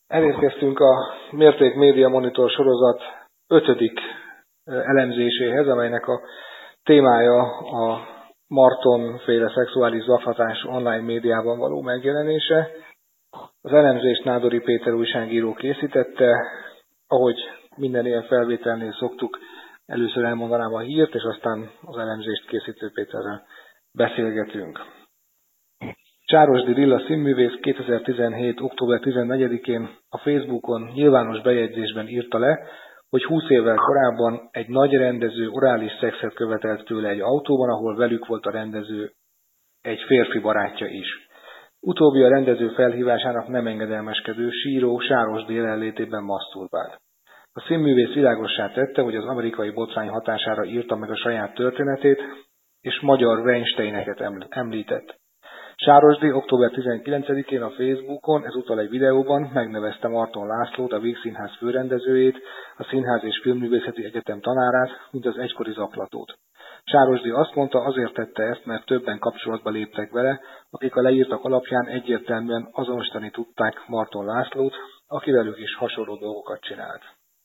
Elérkeztünk a Mérték Média Monitor sorozat 5. elemzéséhez, amelynek a témája a Marton-féle szexuális zaklatás online médiában való megjelenése. Az elemzést Nádori Péter újságíró készítette, ahogy minden ilyen felvételnél szoktuk, először elmondanám a hírt, és aztán az elemzést készítő Péterrel beszélgetünk. Csárosdy Lilla színművész 2017. október 14-én a Facebookon nyilvános bejegyzésben írta le, hogy 20 évvel korábban egy nagy rendező orális szexet követelt tőle egy autóban, ahol velük volt a rendező egy férfi barátja is. Utóbbi a rendező felhívásának nem engedelmeskedő síró Csárosdy jelenlétében maszturbált. A színművész világossá tette, hogy az amerikai botrány hatására írta meg a saját történetét, és magyar Weinsteineket említett. Csárosdy október 19-én a Facebookon, ezúttal egy videóban megnevezte Marton Lászlót, a Víg Színház főrendezőjét, a Színház és Filmművészeti Egyetem tanárát, mint az egykori zaklatót. Csárosdy azt mondta, azért tette ezt, mert többen kapcsolatba léptek vele, akik a leírtak alapján egyértelműen azonosítani tudták Marton Lászlót, aki velük is hasonló dolgokat csinált.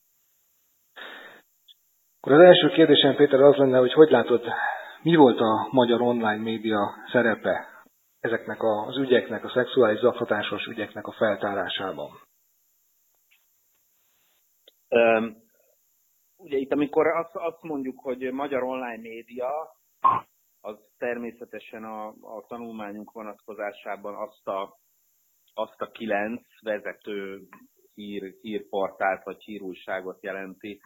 Akkor az első kérdésem, Péter, az lenne, hogy látod, mi volt a magyar online média szerepe ezeknek az ügyeknek, a szexuális zaklatásos ügyeknek a feltárásában? Ugye itt, amikor azt mondjuk, hogy magyar online média, az természetesen a tanulmányunk vonatkozásában azt a 9 vezető hírportált vagy hírújságot jelenti,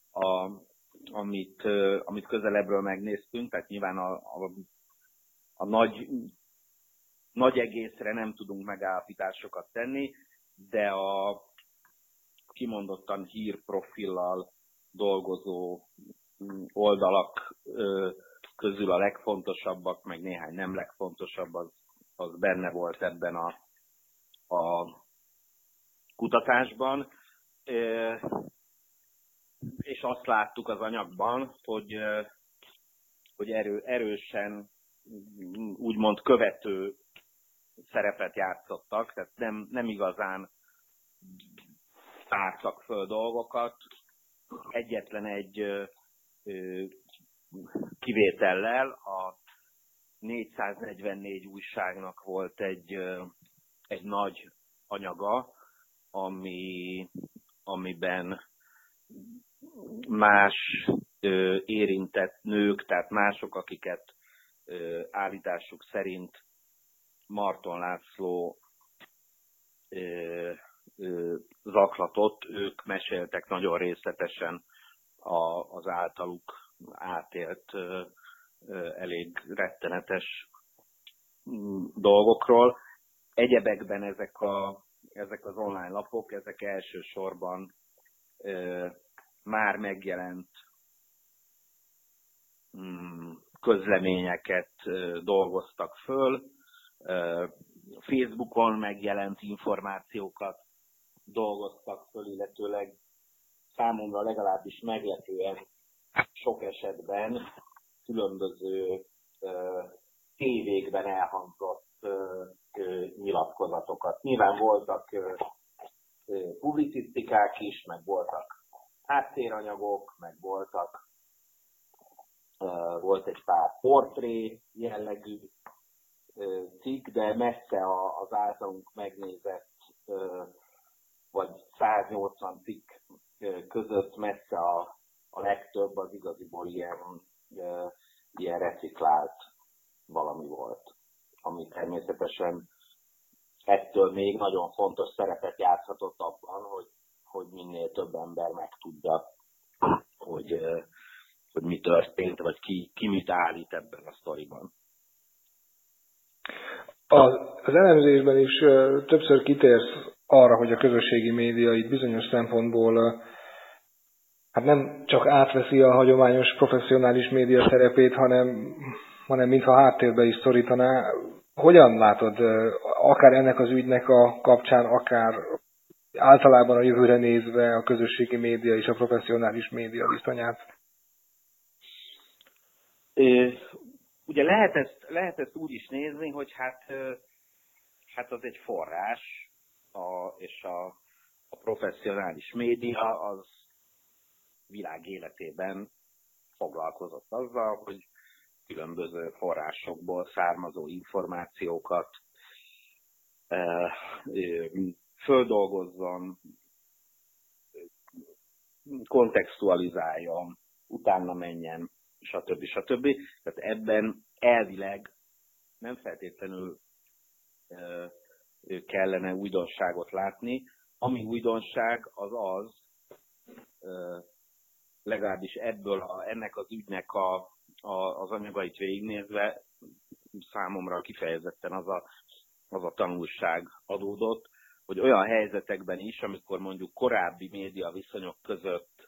amit közelebbről megnéztünk, tehát nyilván a nagy egészre nem tudunk megállapításokat tenni, de a kimondottan hírprofillal dolgozó oldalak közül a legfontosabbak, meg néhány nem legfontosabb, az benne volt ebben a kutatásban. És azt láttuk az anyagban, hogy erősen úgymond követő szerepet játszottak, tehát nem igazán tártak föl dolgokat. Egyetlen egy kivétellel a 444 újságnak volt egy nagy anyaga, amiben más érintett nők, tehát mások, akiket állításuk szerint Marton László zaklatott, ők meséltek nagyon részletesen az általuk átélt elég rettenetes dolgokról. Egyebekben ezek az online lapok, ezek elsősorban már megjelent közleményeket dolgoztak föl, Facebookon megjelent információkat dolgoztak föl, illetőleg számomra legalábbis meglepően sok esetben különböző tévékben elhangzott nyilatkozatokat. Nyilván voltak publicisztikák is, meg voltak háttéranyagok, meg volt egy pár portré jellegű cikk, de messze az általunk megnézett vagy 180 cikk között messze a legtöbb az igaziból ilyen reciklált valami volt, ami természetesen ettől még nagyon fontos szerepet játszhatott abban, hogy minél több ember megtudja, hogy mi történt, vagy ki mit állít ebben a sztoriban. Az elemzésben is többször kitérsz arra, hogy a közösségi média itt bizonyos szempontból hát nem csak átveszi a hagyományos professzionális média szerepét, hanem mintha háttérbe is szorítaná. Hogyan látod, akár ennek az ügynek a kapcsán, akár általában a jövőre nézve a közösségi média és a professzionális média viszonyát? Ugye lehet ezt úgy is nézni, hogy hát az egy forrás, és professzionális média az világ életében foglalkozott azzal, hogy különböző forrásokból származó információkat földolgozzon, kontextualizáljon, utána menjen, stb. Tehát ebben elvileg nem feltétlenül kellene újdonságot látni. Ami újdonság, az legalábbis ennek az ügynek az anyagait végignézve számomra kifejezetten az a tanulság adódott, hogy olyan helyzetekben is, amikor mondjuk korábbi média viszonyok között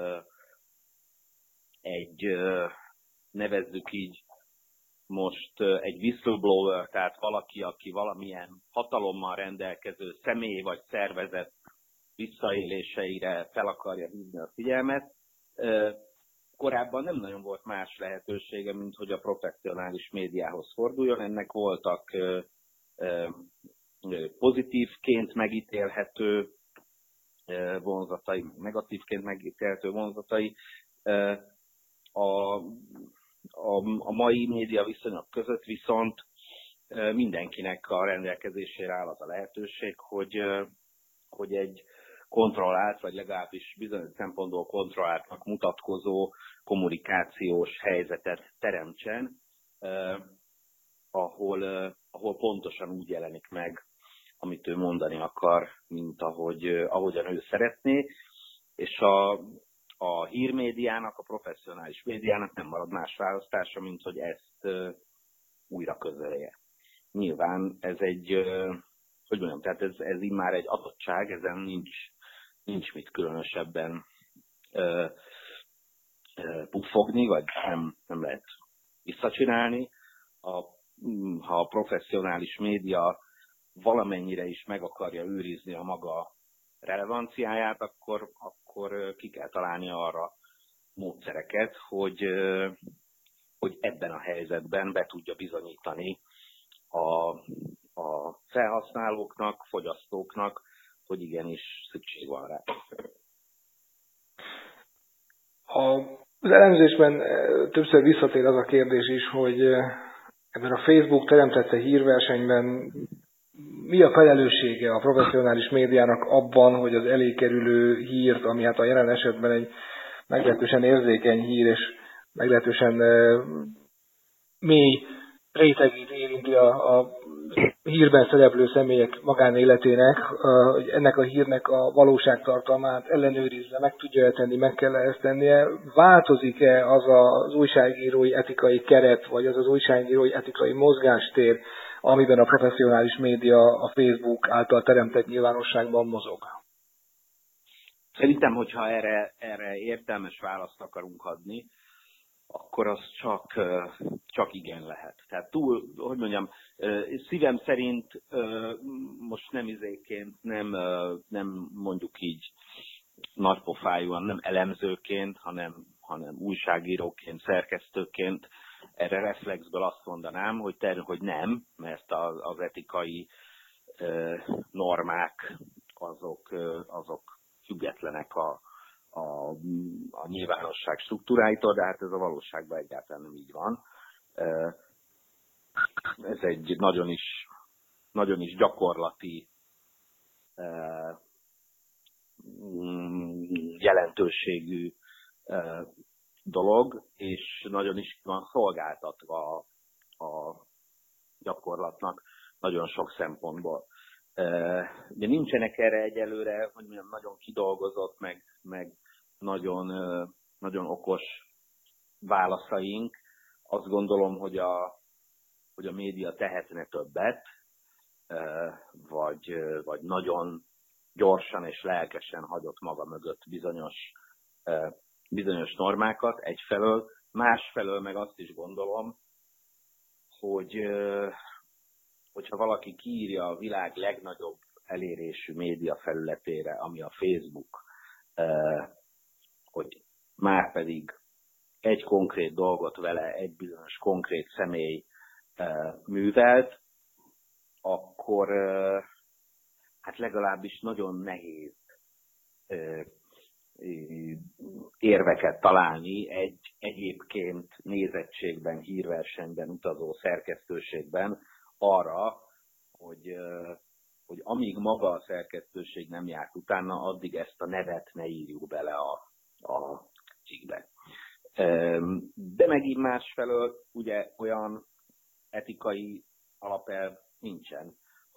nevezzük így most egy whistleblower, tehát valaki, aki valamilyen hatalommal rendelkező személy vagy szervezet visszaéléseire fel akarja hívni a figyelmet. Korábban nem nagyon volt más lehetősége, mint hogy a professzionális médiához forduljon. Ennek voltak pozitívként megítélhető vonzatai, negatívként megítélhető vonzatai. A mai média viszonyok között viszont mindenkinek a rendelkezésére áll az a lehetőség, hogy egy kontrollált, vagy legalábbis bizonyos szempontból kontrolláltnak mutatkozó kommunikációs helyzetet teremtsen, ahol pontosan úgy jelenik meg, amit ő mondani akar, mint ahogyan ő szeretné, és a hírmédiának, a professzionális médiának nem marad más választása, mint hogy ezt újra közölje. Nyilván ez tehát ez immár egy adottság, ezen nincs mit különösebben puffogni, vagy nem lehet visszacsinálni. Ha a professzionális média valamennyire is meg akarja őrizni a maga relevanciáját, akkor ki kell találni arra módszereket, hogy ebben a helyzetben be tudja bizonyítani a felhasználóknak, fogyasztóknak, hogy igenis szükség van rá. Az elemzésben többször visszatér az a kérdés is, hogy ebben a Facebook teremtette hírversenyben mi a felelőssége a professzionális médiának abban, hogy az elé kerülő hírt, ami hát a jelen esetben egy meglehetősen érzékeny hír, és meglehetősen mély rétegét érinti a hírben szereplő személyek magánéletének, hogy ennek a hírnek a valóságtartalmát ellenőrizze, meg tudja tenni, meg kell ezt tennie. Változik-e az az újságírói etikai keret, vagy az az újságírói etikai mozgástér, amiben a professzionális média a Facebook által teremtett nyilvánosságban mozog? Szerintem, hogyha erre értelmes választ akarunk adni, akkor az csak igen lehet. Tehát szívem szerint most nem nem mondjuk így nagypofájúan, nem elemzőként, hanem újságíróként, szerkesztőként erre reflexből azt mondanám, hogy nem, mert az etikai normák azok függetlenek a nyilvánosság struktúráitól, de hát ez a valóságban egyáltalán nem így van. Ez egy nagyon is gyakorlati jelentőségű dolog, és nagyon is van szolgáltatva a gyakorlatnak nagyon sok szempontból. De nincsenek erre egyelőre, hogy mondjam, nagyon kidolgozott, meg nagyon, nagyon okos válaszaink. Azt gondolom, hogy a média tehetne többet, vagy nagyon gyorsan és lelkesen hagyott maga mögött bizonyos normákat egyfelől. Másfelől meg azt is gondolom, hogyha valaki kiírja a világ legnagyobb elérésű média felületére, ami a Facebook, hogy már pedig egy konkrét dolgot vele egy bizonyos konkrét személy művelt, akkor hát legalábbis nagyon nehéz érveket találni egy egyébként nézettségben, hírversenyben utazó szerkesztőségben arra, hogy amíg maga a szerkesztőség nem járt utána, addig ezt a nevet ne írjuk bele a cikkbe. De megint másfelől ugye olyan etikai alapelv nincsen,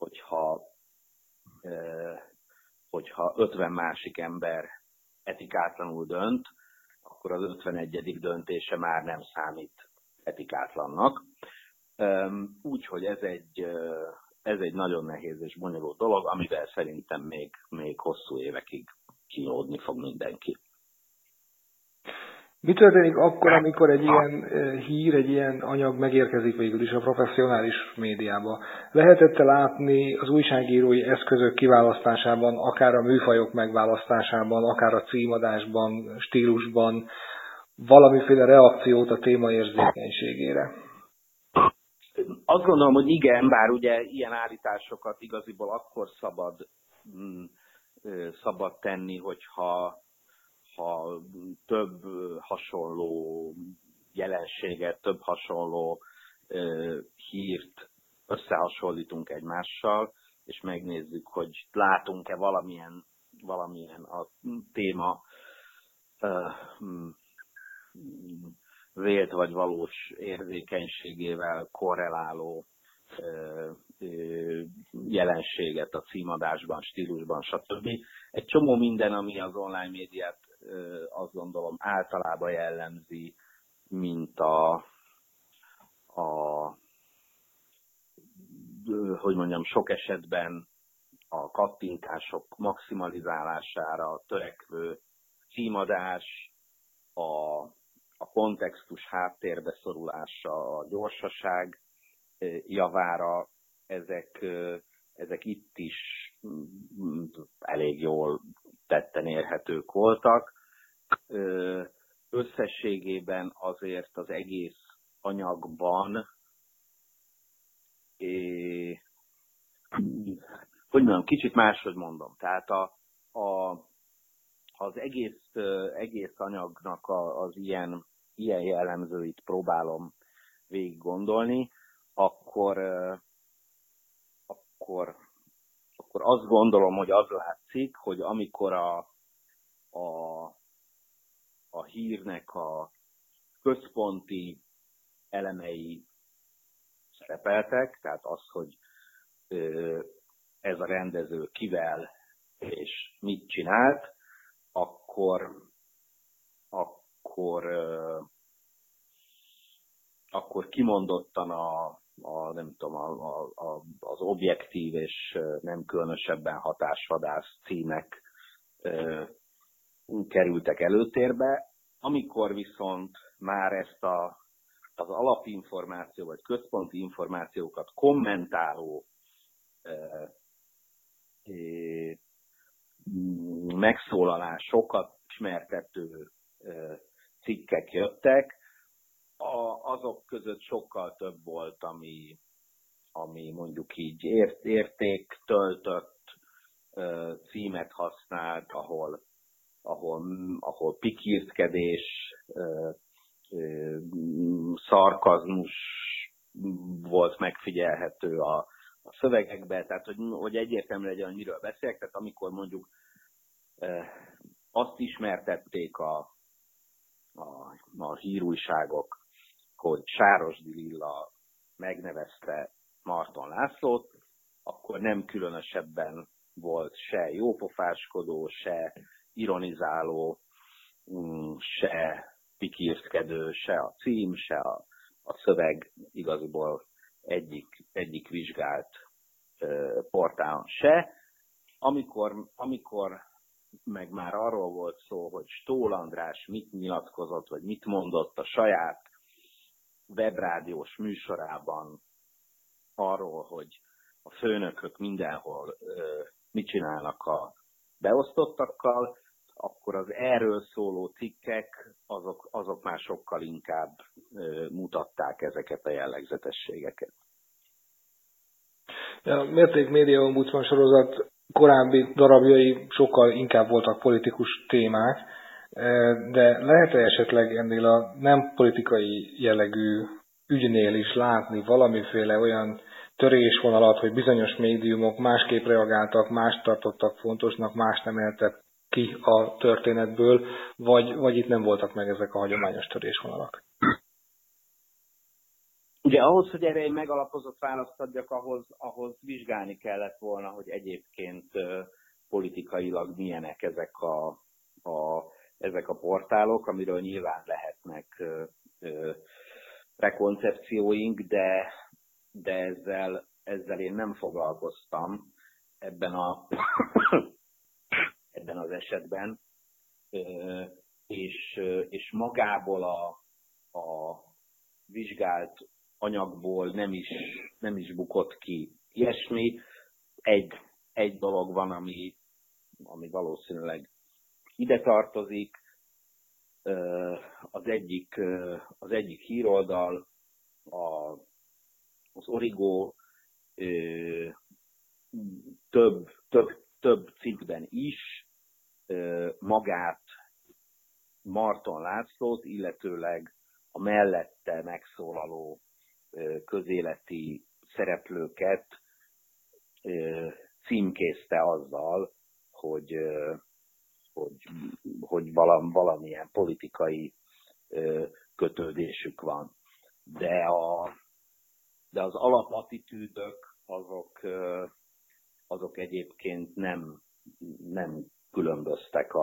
hogyha 50 másik ember etikátlanul dönt, akkor az 51. döntése már nem számít etikátlannak. Úgyhogy ez egy nagyon nehéz és bonyolult dolog, amivel szerintem még hosszú évekig kínlódni fog mindenki. Mi történik akkor, amikor egy ilyen hír, egy ilyen anyag megérkezik végül is a professzionális médiába? Lehetett-e látni az újságírói eszközök kiválasztásában, akár a műfajok megválasztásában, akár a címadásban, stílusban valamiféle reakciót a téma érzékenységére? Azt gondolom, hogy igen, bár ugye ilyen állításokat igaziból akkor szabad tenni, hogyha több hasonló jelenséget, több hasonló hírt összehasonlítunk egymással, és megnézzük, hogy látunk-e valamilyen a téma vélt vagy valós érzékenységével korreláló jelenséget a címadásban, stílusban, stb. Egy csomó minden, ami az online médiát azt gondolom általában jellemzi, mint sok esetben a kattintások maximalizálására törekvő címadás, a kontextus háttérbe szorulása, a gyorsaság javára, ezek itt is elég jól tetten érhetők voltak. Összességében azért az egész anyagban, kicsit máshogy mondom. Tehát az egész anyagnak az ilyen jellemzőit próbálom végig gondolni, akkor azt gondolom, hogy az látszik, hogy amikor a hírnek a központi elemei szerepeltek, tehát az, hogy ez a rendező kivel és mit csinált, akkor kimondottan az objektív és nem különösebben hatásvadász címek kerültek előtérbe. Amikor viszont már ezt az alapinformáció vagy központi információkat kommentáló megszólalásokat ismertető cikkek jöttek, azok között sokkal több volt, ami mondjuk így értéktöltött címet használt, ahol pikírtkedés, szarkazmus volt megfigyelhető a szövegekben, tehát hogy egyértelmű legyen, hogy miről beszélek, tehát amikor mondjuk azt ismertették a hírújságok, hogy Sárosdy Lilla megnevezte Marton Lászlót, akkor nem különösebben volt se jópofáskodó, se ironizáló, se pikírtkedő, se a cím, se a szöveg, igaziból egyik vizsgált portálon se. Amikor meg már arról volt szó, hogy Stól András mit nyilatkozott, vagy mit mondott a saját webrádiós műsorában arról, hogy a főnökök mindenhol mit csinálnak a beosztottakkal, akkor az erről szóló cikkek, azok már sokkal inkább mutatták ezeket a jellegzetességeket. A Mérték Média Ombudsman sorozat korábbi darabjai sokkal inkább voltak politikus témák, de lehet-e esetleg ennél a nem politikai jellegű ügynél is látni valamiféle olyan törésvonalat, hogy bizonyos médiumok másképp reagáltak, mást tartottak fontosnak, mást emeltek ki a történetből, vagy itt nem voltak meg ezek a hagyományos törésvonalak? Ugye ahhoz, hogy erre egy megalapozott választ adjak, ahhoz vizsgálni kellett volna, hogy egyébként politikailag milyenek ezek a portálok, amiről nyilván lehetnek prekoncepcióink, de ezzel én nem foglalkoztam ebben az esetben, és magából a vizsgált anyagból nem is bukott ki ilyesmi. Egy dolog van, ami valószínűleg ide tartozik. Az egyik híroldal, az Origo több cikkben is magát, Marton Lászlót, illetőleg a mellette megszólaló közéleti szereplőket címkézte azzal, hogy valamilyen politikai kötődésük van. De az alapattitűdök azok egyébként nem különböztek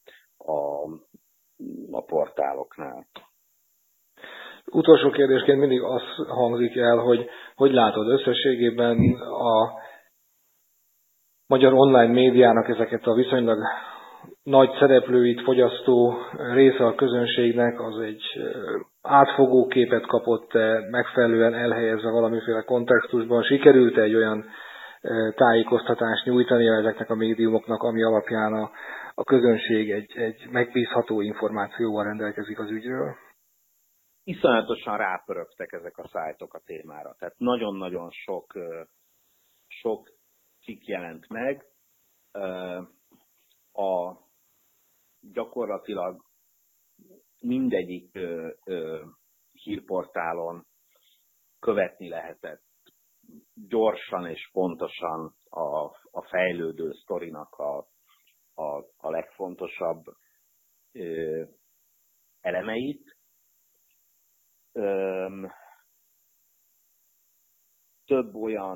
a portáloknál. Utolsó kérdésként mindig az hangzik el, hogy látod összességében a magyar online médiának ezeket a viszonylag nagy szereplőit fogyasztó része a közönségnek, az egy átfogó képet kapott, megfelelően elhelyezve valamiféle kontextusban. Sikerült egy olyan tájékoztatást nyújtani ezeknek a médiumoknak, ami alapján a közönség egy megbízható információval rendelkezik az ügyről? Iszonyatosan rápörögtek ezek a szájtok a témára. Tehát nagyon-nagyon sok cikk jelent meg. Gyakorlatilag mindegyik hírportálon követni lehetett gyorsan és pontosan a fejlődő sztorinak a legfontosabb elemeit. Több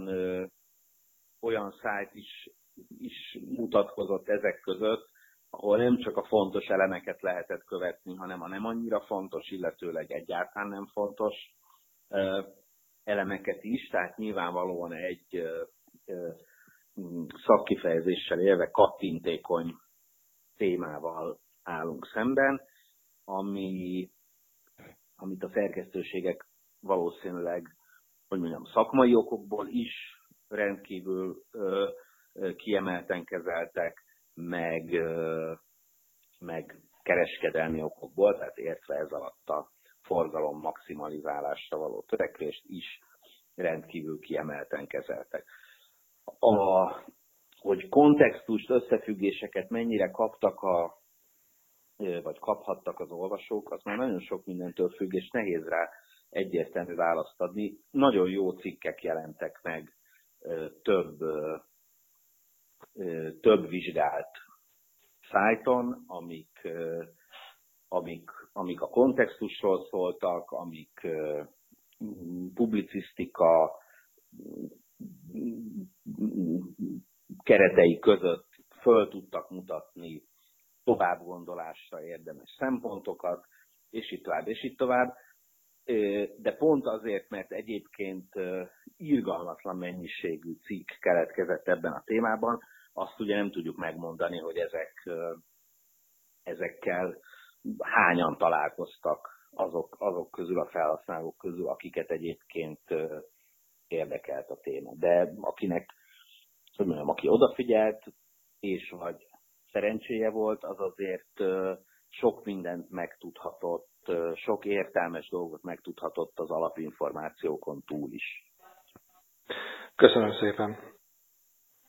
olyan szájt is mutatkozott ezek között, ahol nem csak a fontos elemeket lehetett követni, hanem a nem annyira fontos, illetőleg egyáltalán nem fontos elemeket is. Tehát nyilvánvalóan egy szakkifejezéssel élve kattintékony témával állunk szemben, amit a szerkesztőségek valószínűleg, szakmai okokból is rendkívül kiemelten kezeltek, meg kereskedelmi okokból, tehát értve ez alatt a forgalom maximalizálásra való törekvést is rendkívül kiemelten kezeltek. Hogy kontextust, összefüggéseket mennyire kaptak vagy kaphattak az olvasók, az már nagyon sok mindentől függ, és nehéz rá egyértelmű választ adni. Nagyon jó cikkek jelentek meg több vizsgált szájton, amik a kontextusról szóltak, amik publicisztika keretei között föl tudtak mutatni továbbgondolásra érdemes szempontokat, és így tovább. De pont azért, mert egyébként irgalmatlan mennyiségű cikk keletkezett ebben a témában, azt ugye nem tudjuk megmondani, hogy ezekkel hányan találkoztak azok közül, a felhasználók közül, akiket egyébként érdekelt a téma. De aki odafigyelt, és vagy szerencséje volt, az azért sok mindent megtudhatott, sok értelmes dolgot megtudhatott az alapinformációkon túl is. Köszönöm szépen!